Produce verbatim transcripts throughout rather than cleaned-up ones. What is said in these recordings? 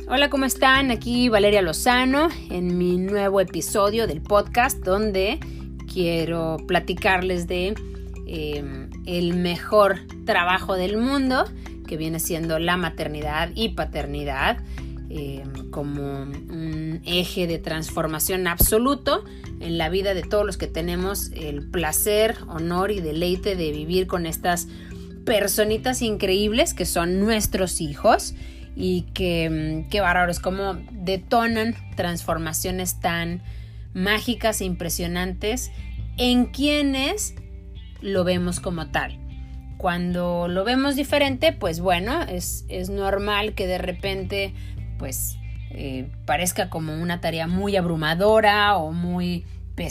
Hola, ¿cómo están? Aquí Valeria Lozano en mi nuevo episodio del podcast donde quiero platicarles de eh, el mejor trabajo del mundo, que viene siendo la maternidad y paternidad, eh, como un eje de transformación absoluto en la vida de todos los que tenemos el placer, honor y deleite de vivir con estas personitas increíbles que son nuestros hijos. Y que, qué bárbaros, cómo detonan transformaciones tan mágicas e impresionantes en quienes lo vemos como tal. Cuando lo vemos diferente, pues bueno, es, es normal que de repente pues eh, parezca como una tarea muy abrumadora o muy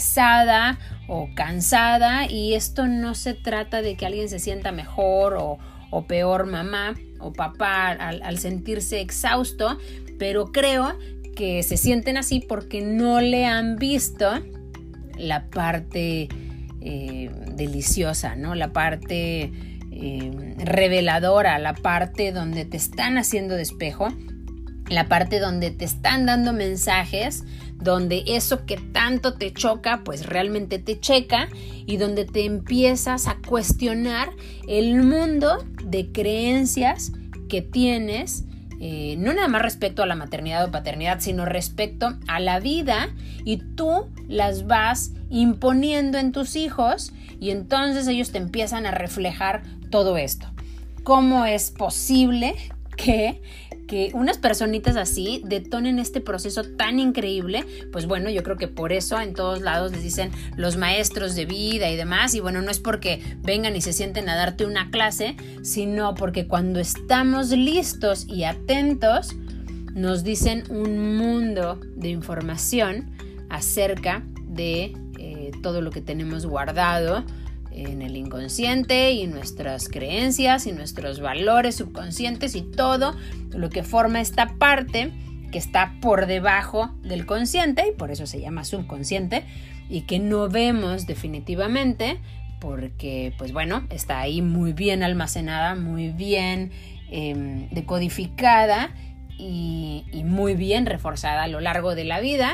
pesada o cansada, y esto no se trata de que alguien se sienta mejor o, o peor mamá o papá al, al sentirse exhausto, pero creo que se sienten así porque no le han visto la parte eh, deliciosa, ¿no? La parte eh, reveladora, la parte donde te están haciendo de espejo, la parte donde te están dando mensajes, donde eso que tanto te choca, pues realmente te checa, y donde te empiezas a cuestionar el mundo de creencias que tienes, eh, no nada más respecto a la maternidad o paternidad, sino respecto a la vida, y tú las vas imponiendo en tus hijos, y entonces ellos te empiezan a reflejar todo esto. ¿Cómo es posible que que unas personitas así detonen este proceso tan increíble? Pues bueno, yo creo que por eso en todos lados les dicen los maestros de vida y demás, y bueno, no es porque vengan y se sienten a darte una clase, sino porque cuando estamos listos y atentos, nos dicen un mundo de información acerca de eh, todo lo que tenemos guardado en el inconsciente, y nuestras creencias y nuestros valores subconscientes y todo lo que forma esta parte que está por debajo del consciente, y por eso se llama subconsciente, y que no vemos definitivamente porque pues bueno, está ahí muy bien almacenada, muy bien eh, decodificada y, y muy bien reforzada a lo largo de la vida.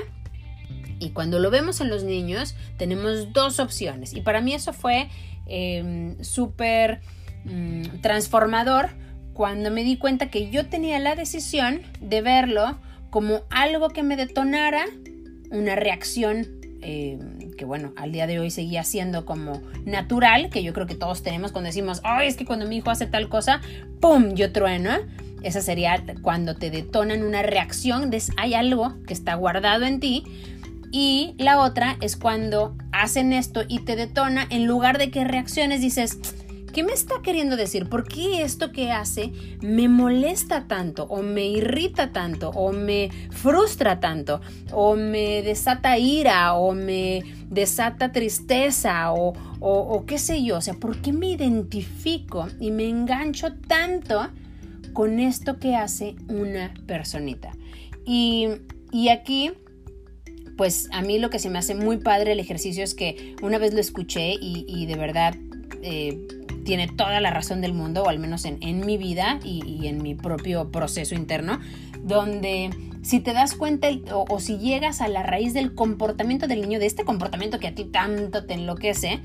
Y cuando lo vemos en los niños, tenemos dos opciones. Y para mí eso fue eh, súper mm, transformador cuando me di cuenta que yo tenía la decisión de verlo como algo que me detonara una reacción eh, que bueno, al día de hoy seguía siendo como natural, que yo creo que todos tenemos cuando decimos, ay, es que cuando mi hijo hace tal cosa, ¡pum!, yo trueno. Esa sería cuando te detonan una reacción de hay algo que está guardado en ti. Y la otra es cuando hacen esto y te detona, en lugar de que reacciones, dices, ¿qué me está queriendo decir? ¿Por qué esto que hace me molesta tanto, o me irrita tanto, o me frustra tanto, o me desata ira, o me desata tristeza, o, o, o qué sé yo? O sea, ¿por qué me identifico y me engancho tanto con esto que hace una personita? Y, y aquí, pues a mí lo que se me hace muy padre el ejercicio es que una vez lo escuché y, y de verdad eh, tiene toda la razón del mundo, o al menos en, en mi vida y, y en mi propio proceso interno, donde si te das cuenta o, o si llegas a la raíz del comportamiento del niño, de este comportamiento que a ti tanto te enloquece,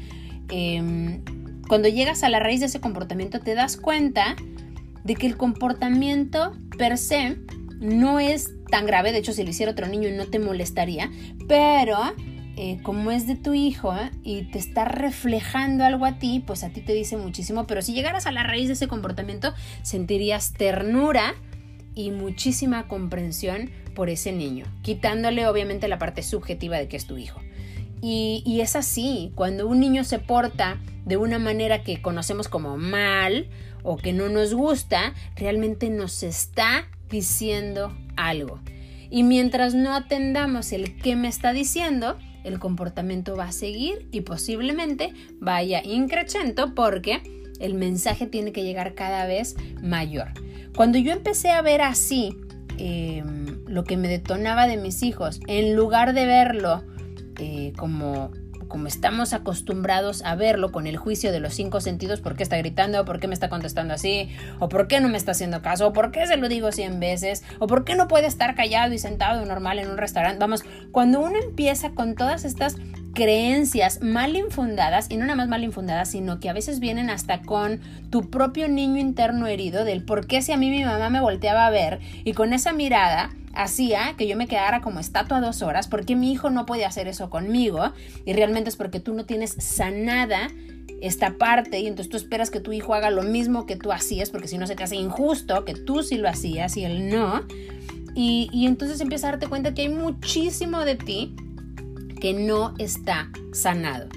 eh, cuando llegas a la raíz de ese comportamiento te das cuenta de que el comportamiento per se no es tan grave. De hecho, si lo hiciera otro niño no te molestaría, pero eh, como es de tu hijo ¿eh? y te está reflejando algo a ti, pues a ti te dice muchísimo. Pero si llegaras a la raíz de ese comportamiento, sentirías ternura y muchísima comprensión por ese niño, quitándole obviamente la parte subjetiva de que es tu hijo. Y, y es así, cuando un niño se porta de una manera que conocemos como mal o que no nos gusta, realmente nos está diciendo algo. Y mientras no atendamos el qué me está diciendo, el comportamiento va a seguir y posiblemente vaya increciendo, porque el mensaje tiene que llegar cada vez mayor. Cuando yo empecé a ver así eh, lo que me detonaba de mis hijos, en lugar de verlo eh, como como estamos acostumbrados a verlo con el juicio de los cinco sentidos, ¿por qué está gritando? ¿Por qué me está contestando así? ¿O por qué no me está haciendo caso? ¿O por qué se lo digo cien veces? ¿O por qué no puede estar callado y sentado normal en un restaurante? Vamos, cuando uno empieza con todas estas creencias mal infundadas, y no nada más mal infundadas, sino que a veces vienen hasta con tu propio niño interno herido del por qué si a mí mi mamá me volteaba a ver y con esa mirada hacía que yo me quedara como estatua dos horas, ¿por qué mi hijo no puede hacer eso conmigo? Y realmente es porque tú no tienes sanada esta parte y entonces tú esperas que tu hijo haga lo mismo que tú hacías, porque si no se te hace injusto que tú sí lo hacías y él no. Y, y entonces empiezas a darte cuenta que hay muchísimo de ti que no está sanado.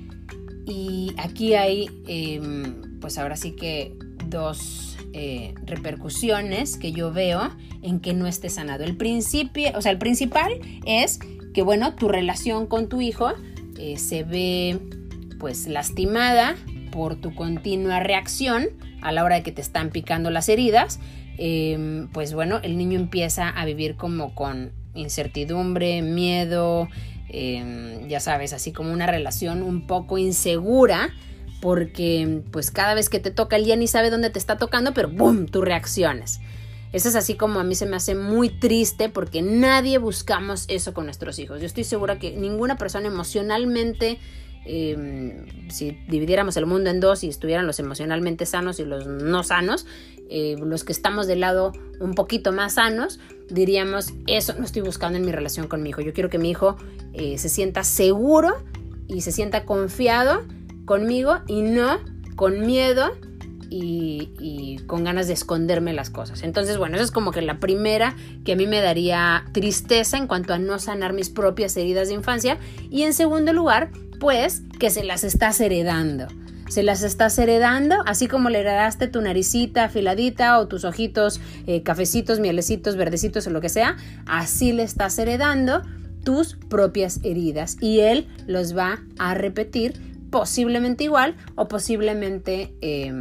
Y aquí hay, eh, pues ahora sí que dos eh, repercusiones que yo veo en que no esté sanado. El principio, o sea, el principal es que, bueno, tu relación con tu hijo eh, se ve, pues, lastimada por tu continua reacción a la hora de que te están picando las heridas. Eh, pues, bueno, el niño empieza a vivir como con incertidumbre, miedo, Eh, ya sabes, así como una relación un poco insegura, porque pues cada vez que te toca él ya ni sabe dónde te está tocando, pero ¡boom!, tú reaccionas. Eso es así como a mí se me hace muy triste, porque nadie buscamos eso con nuestros hijos. Yo estoy segura que ninguna persona emocionalmente, eh, si dividiéramos el mundo en dos y estuvieran los emocionalmente sanos y los no sanos, eh, los que estamos del lado un poquito más sanos, diríamos, eso no estoy buscando en mi relación con mi hijo. Yo quiero que mi hijo eh, se sienta seguro y se sienta confiado conmigo y no con miedo y, y con ganas de esconderme las cosas. Entonces, bueno, eso es como que la primera que a mí me daría tristeza en cuanto a no sanar mis propias heridas de infancia. Y en segundo lugar, pues, que se las estás heredando. Se las estás heredando, así como le heredaste tu naricita afiladita o tus ojitos eh, cafecitos, mielecitos, verdecitos o lo que sea, así le estás heredando tus propias heridas y él los va a repetir posiblemente igual o posiblemente eh,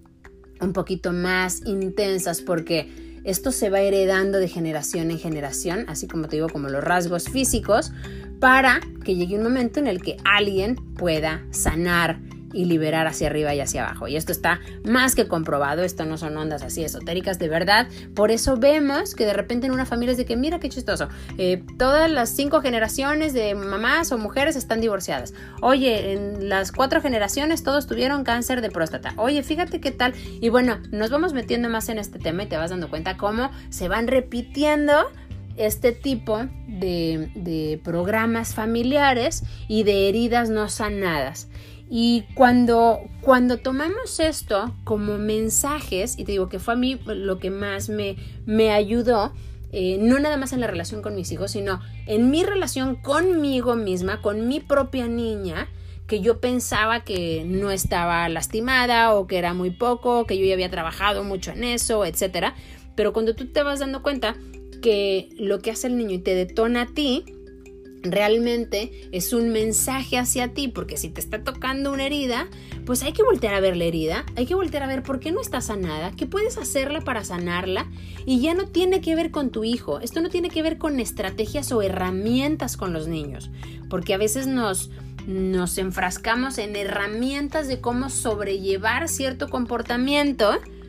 un poquito más intensas, porque esto se va heredando de generación en generación, así como te digo, como los rasgos físicos, para que llegue un momento en el que alguien pueda sanar y liberar hacia arriba y hacia abajo. Y esto está más que comprobado, esto no son ondas así esotéricas, de verdad. Por eso vemos que de repente en una familia es de que, mira qué chistoso, eh, todas las cinco generaciones de mamás o mujeres están divorciadas. Oye, en las cuatro generaciones todos tuvieron cáncer de próstata. Oye, fíjate qué tal. Y bueno, nos vamos metiendo más en este tema y te vas dando cuenta cómo se van repitiendo este tipo de, de programas familiares y de heridas no sanadas. Y cuando, cuando tomamos esto como mensajes, y te digo que fue a mí lo que más me, me ayudó, eh, no nada más en la relación con mis hijos, sino en mi relación conmigo misma, con mi propia niña, que yo pensaba que no estaba lastimada o que era muy poco, que yo ya había trabajado mucho en eso, etcétera. Pero cuando tú te vas dando cuenta que lo que hace el niño y te detona a ti, realmente es un mensaje hacia ti, porque si te está tocando una herida, pues hay que voltear a ver la herida, hay que voltear a ver por qué no está sanada, qué puedes hacerla para sanarla, y ya no tiene que ver con tu hijo, esto no tiene que ver con estrategias o herramientas con los niños, porque a veces nos, nos enfrascamos en herramientas de cómo sobrellevar cierto comportamiento,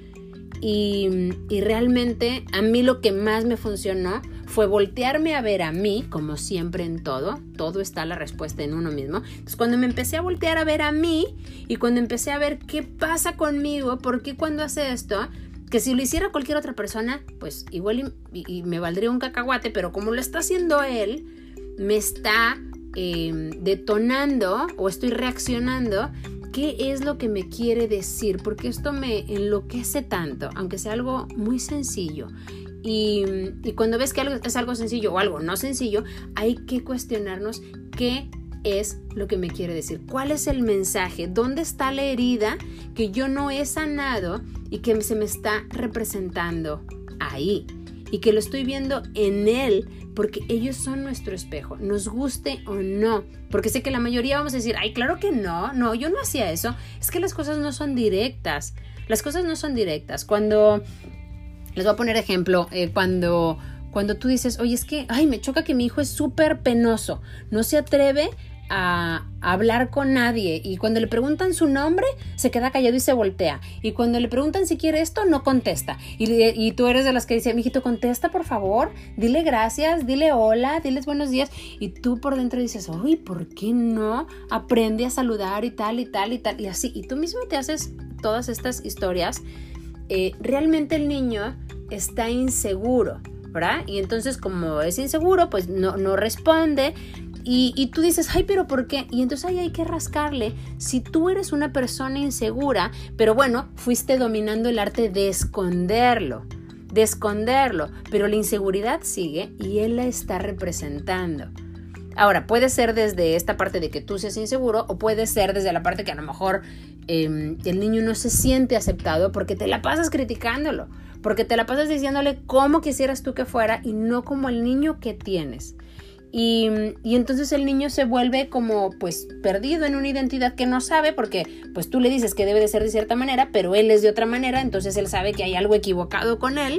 y, y realmente a mí lo que más me funcionó fue voltearme a ver a mí, como siempre en todo, todo está la respuesta en uno mismo. Entonces cuando me empecé a voltear a ver a mí y cuando empecé a ver qué pasa conmigo, por qué cuando hace esto, que si lo hiciera cualquier otra persona, pues igual y, y me valdría un cacahuate, pero como lo está haciendo él, me está eh, detonando o estoy reaccionando. ¿Qué es lo que me quiere decir? Porque esto me enloquece tanto, aunque sea algo muy sencillo. Y, y cuando ves que algo es algo sencillo o algo no sencillo, hay que cuestionarnos qué es lo que me quiere decir. ¿Cuál es el mensaje? ¿Dónde está la herida que yo no he sanado y que se me está representando ahí? Y que lo estoy viendo en él, porque ellos son nuestro espejo, nos guste o no. Porque sé que la mayoría vamos a decir, ay, claro que no, no, yo no hacía eso. Es que las cosas no son directas, las cosas no son directas. Cuando, les voy a poner ejemplo, eh, cuando, cuando tú dices, oye, es que, ay, me choca que mi hijo es súper penoso, no se atreve a hablar con nadie, y cuando le preguntan su nombre se queda callado y se voltea, y cuando le preguntan si quiere esto no contesta, y, y tú eres de las que dice, mijito, contesta por favor, dile gracias, dile hola, diles buenos días, y tú por dentro dices, uy, ¿por qué no aprende a saludar y tal y tal y tal y así? Y tú mismo te haces todas estas historias. Eh, realmente el niño está inseguro, ¿verdad? Y entonces, como es inseguro, pues no, no responde. Y, y tú dices, ay, ¿pero por qué? Y entonces ahí hay que rascarle. Si tú eres una persona insegura, pero bueno, fuiste dominando el arte de esconderlo, de esconderlo, pero la inseguridad sigue y él la está representando. Ahora, puede ser desde esta parte de que tú seas inseguro, o puede ser desde la parte que a lo mejor eh, el niño no se siente aceptado porque te la pasas criticándolo, porque te la pasas diciéndole cómo quisieras tú que fuera y no como el niño que tienes. Y, y entonces el niño se vuelve como pues perdido en una identidad que no sabe, porque pues tú le dices que debe de ser de cierta manera, pero él es de otra manera, entonces él sabe que hay algo equivocado con él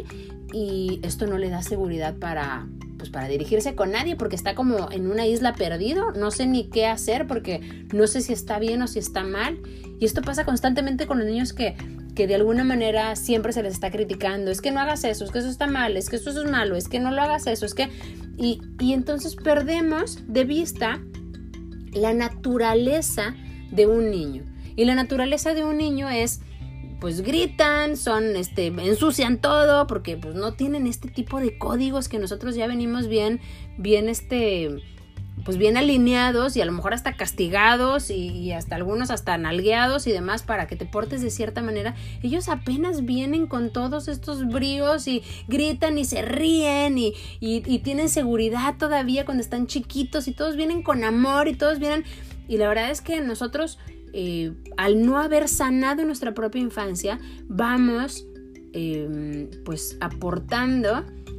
y esto no le da seguridad para, pues, para dirigirse con nadie, porque está como en una isla perdido, no sé ni qué hacer porque no sé si está bien o si está mal. Y esto pasa constantemente con los niños que, que de alguna manera siempre se les está criticando, es que no hagas eso, es que eso está mal, es que eso es malo, es que no lo hagas eso, es que... Y, y entonces perdemos de vista la naturaleza de un niño. Y la naturaleza de un niño es, pues gritan, son, este, ensucian todo, porque pues no tienen este tipo de códigos que nosotros ya venimos bien, bien, este, pues bien alineados y a lo mejor hasta castigados y, y hasta algunos hasta nalgueados y demás para que te portes de cierta manera. Ellos apenas vienen con todos estos bríos y gritan y se ríen y, y, y tienen seguridad todavía cuando están chiquitos y todos vienen con amor y todos vienen... Y la verdad es que nosotros, eh, al no haber sanado nuestra propia infancia, vamos eh, pues aportando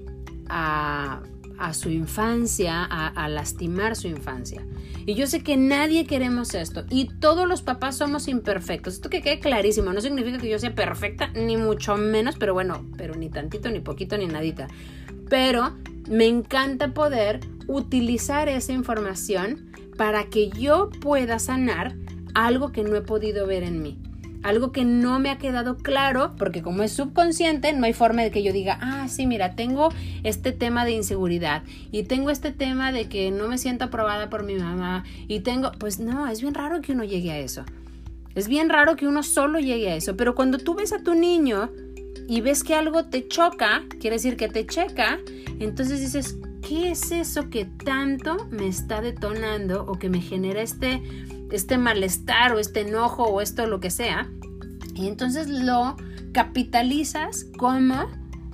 a... a su infancia, a, a lastimar su infancia. Y yo sé que nadie queremos esto y todos los papás somos imperfectos. Esto que quede clarísimo, no significa que yo sea perfecta, ni mucho menos, pero bueno, pero ni tantito, ni poquito, ni nadita. Pero me encanta poder utilizar esa información para que yo pueda sanar algo que no he podido ver en mí. Algo que no me ha quedado claro, porque como es subconsciente, no hay forma de que yo diga, ah, sí, mira, tengo este tema de inseguridad y tengo este tema de que no me siento aprobada por mi mamá y tengo, pues no, es bien raro que uno llegue a eso. Es bien raro que uno solo llegue a eso, pero cuando tú ves a tu niño y ves que algo te choca, quiere decir que te checa, entonces dices, ¿qué es eso que tanto me está detonando o que me genera este... este malestar o este enojo o esto lo que sea? Y entonces lo capitalizas como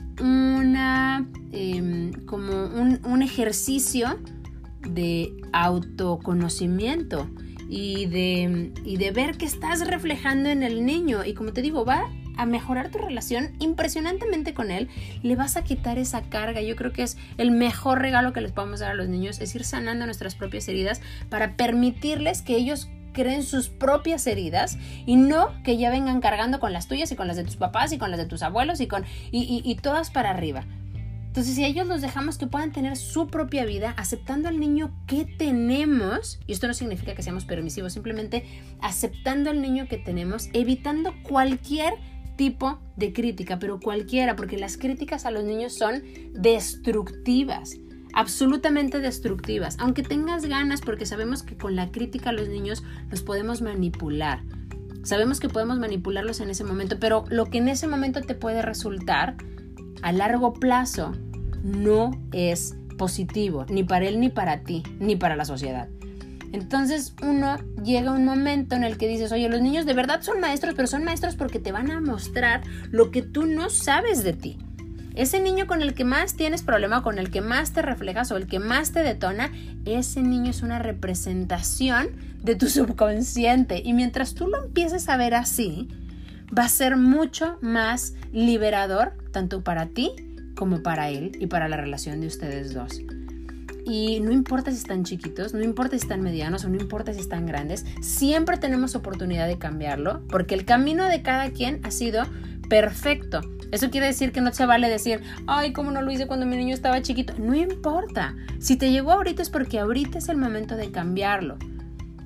una eh, como un, un ejercicio de autoconocimiento y de, y de ver que estás reflejando en el niño, y como te digo, va a mejorar tu relación impresionantemente con él, le vas a quitar esa carga. Yo creo que es el mejor regalo que les podemos dar a los niños, es ir sanando nuestras propias heridas para permitirles que ellos creen sus propias heridas y no que ya vengan cargando con las tuyas y con las de tus papás y con las de tus abuelos y, con, y, y, y todas para arriba. Entonces, si a ellos los dejamos que puedan tener su propia vida, aceptando al niño que tenemos, y esto no significa que seamos permisivos, simplemente aceptando al niño que tenemos, evitando cualquier tipo de crítica, pero cualquiera, porque las críticas a los niños son destructivas, absolutamente destructivas, aunque tengas ganas, porque sabemos que con la crítica a los niños los podemos manipular, sabemos que podemos manipularlos en ese momento, pero lo que en ese momento te puede resultar a largo plazo no es positivo, ni para él, ni para ti, ni para la sociedad. Entonces uno llega a un momento en el que dices, oye, los niños de verdad son maestros, pero son maestros porque te van a mostrar lo que tú no sabes de ti. Ese niño con el que más tienes problema, con el que más te reflejas o el que más te detona, ese niño es una representación de tu subconsciente. Y mientras tú lo empieces a ver así, va a ser mucho más liberador, tanto para ti como para él y para la relación de ustedes dos. Y no importa si están chiquitos, no importa si están medianos o no importa si están grandes, siempre tenemos oportunidad de cambiarlo, porque el camino de cada quien ha sido perfecto. Eso quiere decir que no se vale decir, ay, ¿cómo no lo hice cuando mi niño estaba chiquito? No importa. Si te llegó ahorita es porque ahorita es el momento de cambiarlo.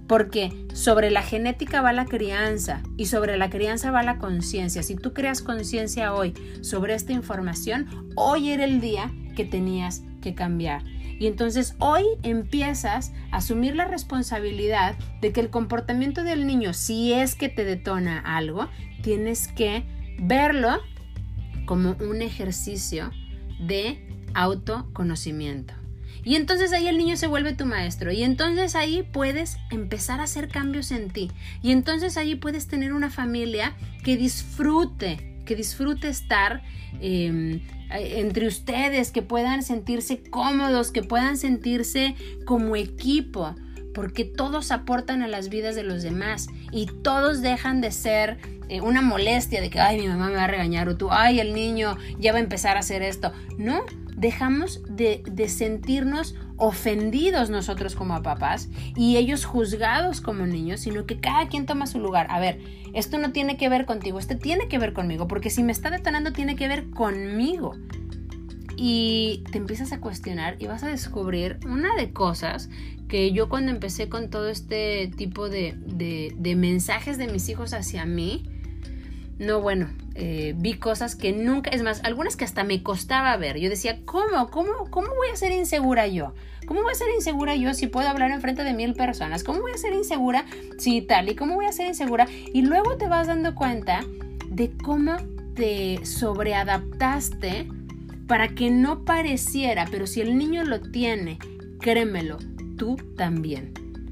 Porque sobre la genética va la crianza y sobre la crianza va la conciencia. Si tú creas conciencia hoy sobre esta información, hoy era el día que tenías que cambiar. Y entonces hoy empiezas a asumir la responsabilidad de que el comportamiento del niño, si es que te detona algo, tienes que verlo como un ejercicio de autoconocimiento. Y entonces ahí el niño se vuelve tu maestro y entonces ahí puedes empezar a hacer cambios en ti y entonces ahí puedes tener una familia que disfrute, que disfrute estar eh, entre ustedes, que puedan sentirse cómodos, que puedan sentirse como equipo, porque todos aportan a las vidas de los demás y todos dejan de ser eh, una molestia de que, ay, mi mamá me va a regañar o tú, ay, el niño ya va a empezar a hacer esto. No, dejamos de, de sentirnos ofendidos nosotros como papás y ellos juzgados como niños, sino que cada quien toma su lugar. A ver, esto no tiene que ver contigo, esto tiene que ver conmigo, porque si me está detonando tiene que ver conmigo. Y te empiezas a cuestionar y vas a descubrir una de cosas que yo cuando empecé con todo este tipo de, de, de mensajes de mis hijos hacia mí, no, bueno, eh, vi cosas que nunca, es más, algunas que hasta me costaba ver. Yo decía, ¿cómo? ¿Cómo, cómo voy a ser insegura yo? ¿Cómo voy a ser insegura yo si puedo hablar enfrente de mil personas? ¿Cómo voy a ser insegura si tal? ¿Y cómo voy a ser insegura? Y luego te vas dando cuenta de cómo te sobreadaptaste para que no pareciera, pero si el niño lo tiene, créemelo, tú también.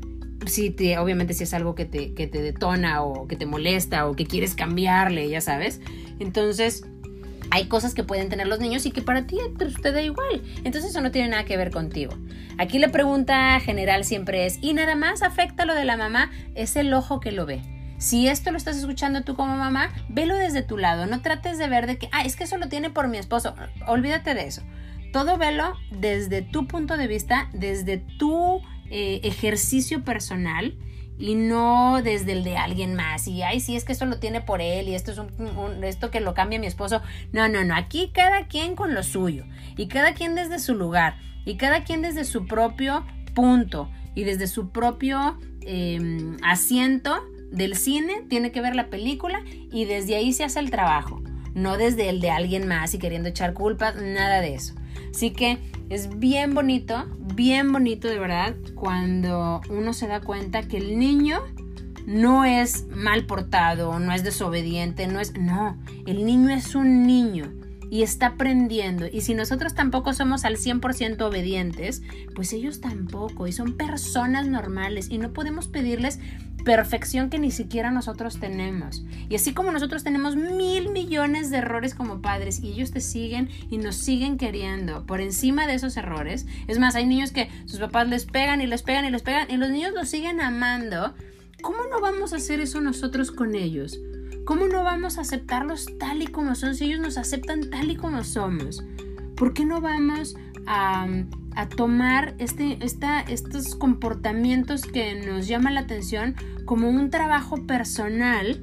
Si te, obviamente si es algo que te, que te detona o que te molesta o que quieres cambiarle, ya sabes. Entonces, hay cosas que pueden tener los niños y que para ti pues, te da igual. Entonces, eso no tiene nada que ver contigo. Aquí la pregunta general siempre es, ¿y nada más afecta lo de la mamá? Es el ojo que lo ve. Si esto lo estás escuchando tú como mamá, velo desde tu lado. No trates de ver de que, ah, es que eso lo tiene por mi esposo. Olvídate de eso. Todo velo desde tu punto de vista, desde tu eh, ejercicio personal y no desde el de alguien más. Y, ay, sí, es que eso lo tiene por él y esto es un, un, esto que lo cambia mi esposo. No, no, no. Aquí cada quien con lo suyo y cada quien desde su lugar y cada quien desde su propio punto y desde su propio eh, asiento del cine tiene que ver la película y desde ahí se hace el trabajo, no desde el de alguien más y queriendo echar culpas, nada de eso. Así que es bien bonito, bien bonito de verdad cuando uno se da cuenta que el niño no es mal portado, no es desobediente, no es, no, el niño es un niño y está aprendiendo. Y si nosotros tampoco somos al cien por ciento obedientes, pues ellos tampoco y son personas normales y no podemos pedirles perfección que ni siquiera nosotros tenemos. Y así como nosotros tenemos mil millones de errores como padres y ellos te siguen y nos siguen queriendo por encima de esos errores. Es más, hay niños que sus papás les pegan y les pegan y les pegan y los niños los siguen amando. ¿Cómo no vamos a hacer eso nosotros con ellos? ¿Cómo no vamos a aceptarlos tal y como son si ellos nos aceptan tal y como somos? ¿Por qué no vamos a, a tomar este, esta, estos comportamientos que nos llaman la atención como un trabajo personal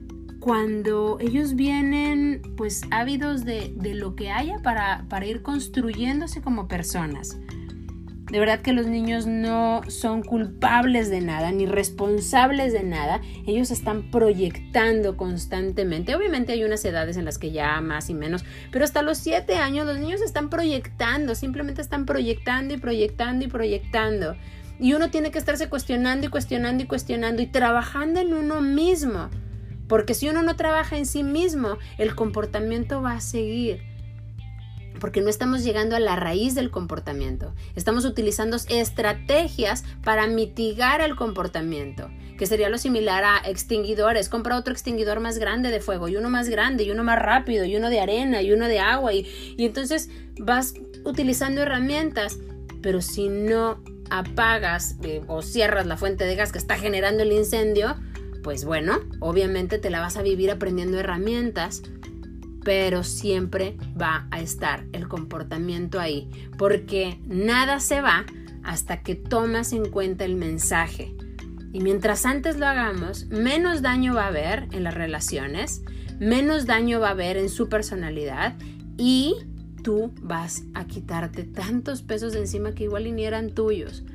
cuando ellos vienen pues ávidos de, de lo que haya para, para ir construyéndose como personas? De verdad que los niños no son culpables de nada, ni responsables de nada. Ellos están proyectando constantemente. Obviamente hay unas edades en las que ya más y menos, pero hasta los siete años los niños están proyectando, simplemente están proyectando y proyectando y proyectando. Y uno tiene que estarse cuestionando y cuestionando y cuestionando y trabajando en uno mismo. Porque si uno no trabaja en sí mismo, el comportamiento va a seguir. Porque no estamos llegando a la raíz del comportamiento. Estamos utilizando estrategias para mitigar el comportamiento, que sería lo similar a extinguidores. Compra otro extinguidor más grande de fuego y uno más grande y uno más rápido y uno de arena y uno de agua y, y entonces vas utilizando herramientas, pero si no apagas eh, o cierras la fuente de gas que está generando el incendio, pues bueno, obviamente te la vas a vivir aprendiendo herramientas, pero siempre va a estar el comportamiento ahí, porque nada se va hasta que tomas en cuenta el mensaje. Y mientras antes lo hagamos, menos daño va a haber en las relaciones, menos daño va a haber en su personalidad y tú vas a quitarte tantos pesos de encima que igual ni eran tuyos.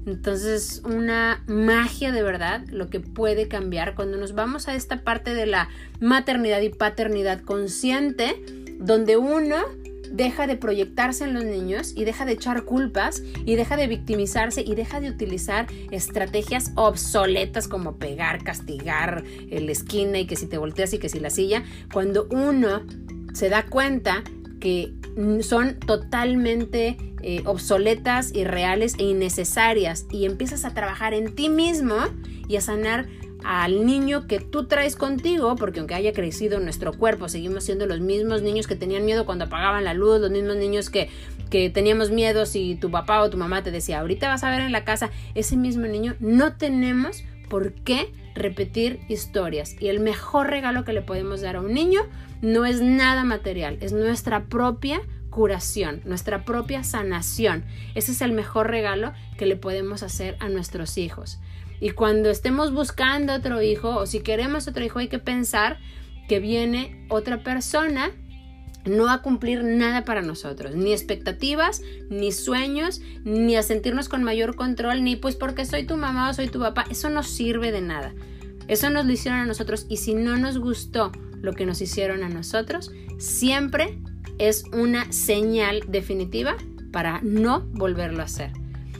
Entonces, una magia de verdad, lo que puede cambiar cuando nos vamos a esta parte de la maternidad y paternidad consciente, donde uno deja de proyectarse en los niños y deja de echar culpas y deja de victimizarse y deja de utilizar estrategias obsoletas como pegar, castigar, la esquina y que si te volteas y que si la silla. Cuando uno se da cuenta que son totalmente eh, obsoletas, irreales e innecesarias y empiezas a trabajar en ti mismo y a sanar al niño que tú traes contigo, porque aunque haya crecido nuestro cuerpo, seguimos siendo los mismos niños que tenían miedo cuando apagaban la luz, los mismos niños que, que teníamos miedo si tu papá o tu mamá te decía, ahorita vas a ver en la casa, ese mismo niño. No tenemos por qué repetir historias, y el mejor regalo que le podemos dar a un niño no es nada material, es nuestra propia curación, nuestra propia sanación. Ese es el mejor regalo que le podemos hacer a nuestros hijos. Y cuando estemos buscando otro hijo, o si queremos otro hijo, hay que pensar que viene otra persona no a cumplir nada para nosotros, ni expectativas, ni sueños, ni a sentirnos con mayor control, ni pues porque soy tu mamá o soy tu papá. Eso no sirve de nada. Eso nos lo hicieron a nosotros, y si no nos gustó lo que nos hicieron a nosotros, siempre es una señal definitiva para no volverlo a hacer.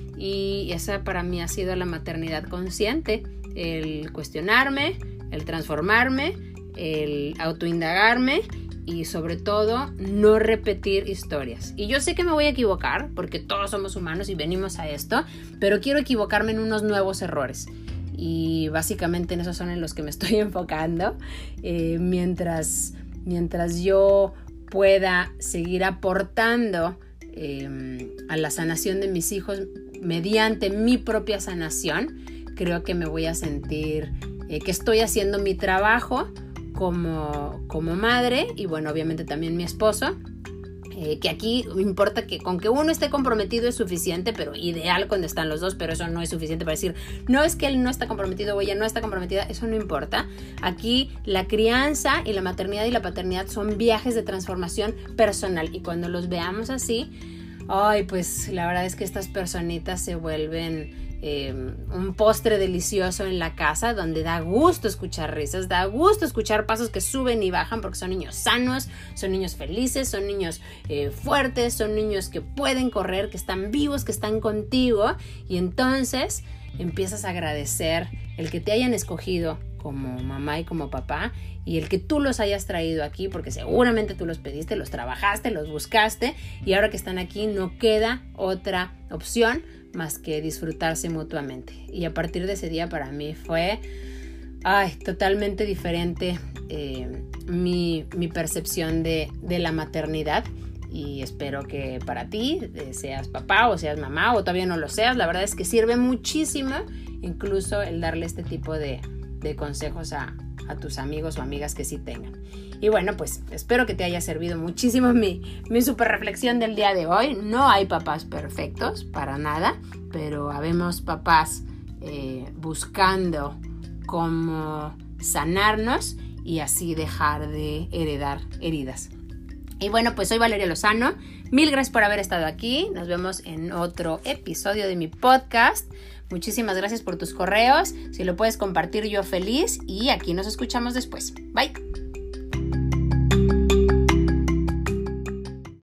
Y esa para mí ha sido la maternidad consciente, el cuestionarme, el transformarme, el autoindagarme y sobre todo no repetir historias. Y yo sé que me voy a equivocar porque todos somos humanos y venimos a esto, pero quiero equivocarme en unos nuevos errores. Y básicamente en esos son en los que me estoy enfocando, eh, mientras, mientras yo pueda seguir aportando eh, a la sanación de mis hijos mediante mi propia sanación, creo que me voy a sentir eh, que estoy haciendo mi trabajo como, como madre, y bueno, obviamente también mi esposo, eh, que aquí importa que con que uno esté comprometido es suficiente, pero ideal cuando están los dos, pero eso no es suficiente para decir, no es que él no está comprometido o ella no está comprometida, eso no importa. Aquí la crianza y la maternidad y la paternidad son viajes de transformación personal, y cuando los veamos así, ay, pues la verdad es que estas personitas se vuelven eh, un postre delicioso en la casa, donde da gusto escuchar risas, da gusto escuchar pasos que suben y bajan, porque son niños sanos, son niños felices, son niños eh, fuertes, son niños que pueden correr, que están vivos, que están contigo, y entonces empiezas a agradecer el que te hayan escogido como mamá y como papá, y el que tú los hayas traído aquí, porque seguramente tú los pediste, los trabajaste, los buscaste, y ahora que están aquí no queda otra opción más que disfrutarse mutuamente. Y a partir de ese día para mí fue ay, totalmente diferente eh, mi, mi percepción de, de la maternidad, y espero que para ti, eh, seas papá o seas mamá o todavía no lo seas, la verdad es que sirve muchísimo incluso el darle este tipo de de consejos a, a tus amigos o amigas que sí tengan. Y bueno, pues espero que te haya servido muchísimo mi, mi super reflexión del día de hoy. No hay papás perfectos, para nada, pero habemos papás eh, buscando cómo sanarnos y así dejar de heredar heridas. Y bueno, pues soy Valeria Lozano. Mil gracias por haber estado aquí. Nos vemos en otro episodio de mi podcast. Muchísimas gracias por tus correos. Si lo puedes compartir, yo feliz. Y aquí nos escuchamos después. Bye.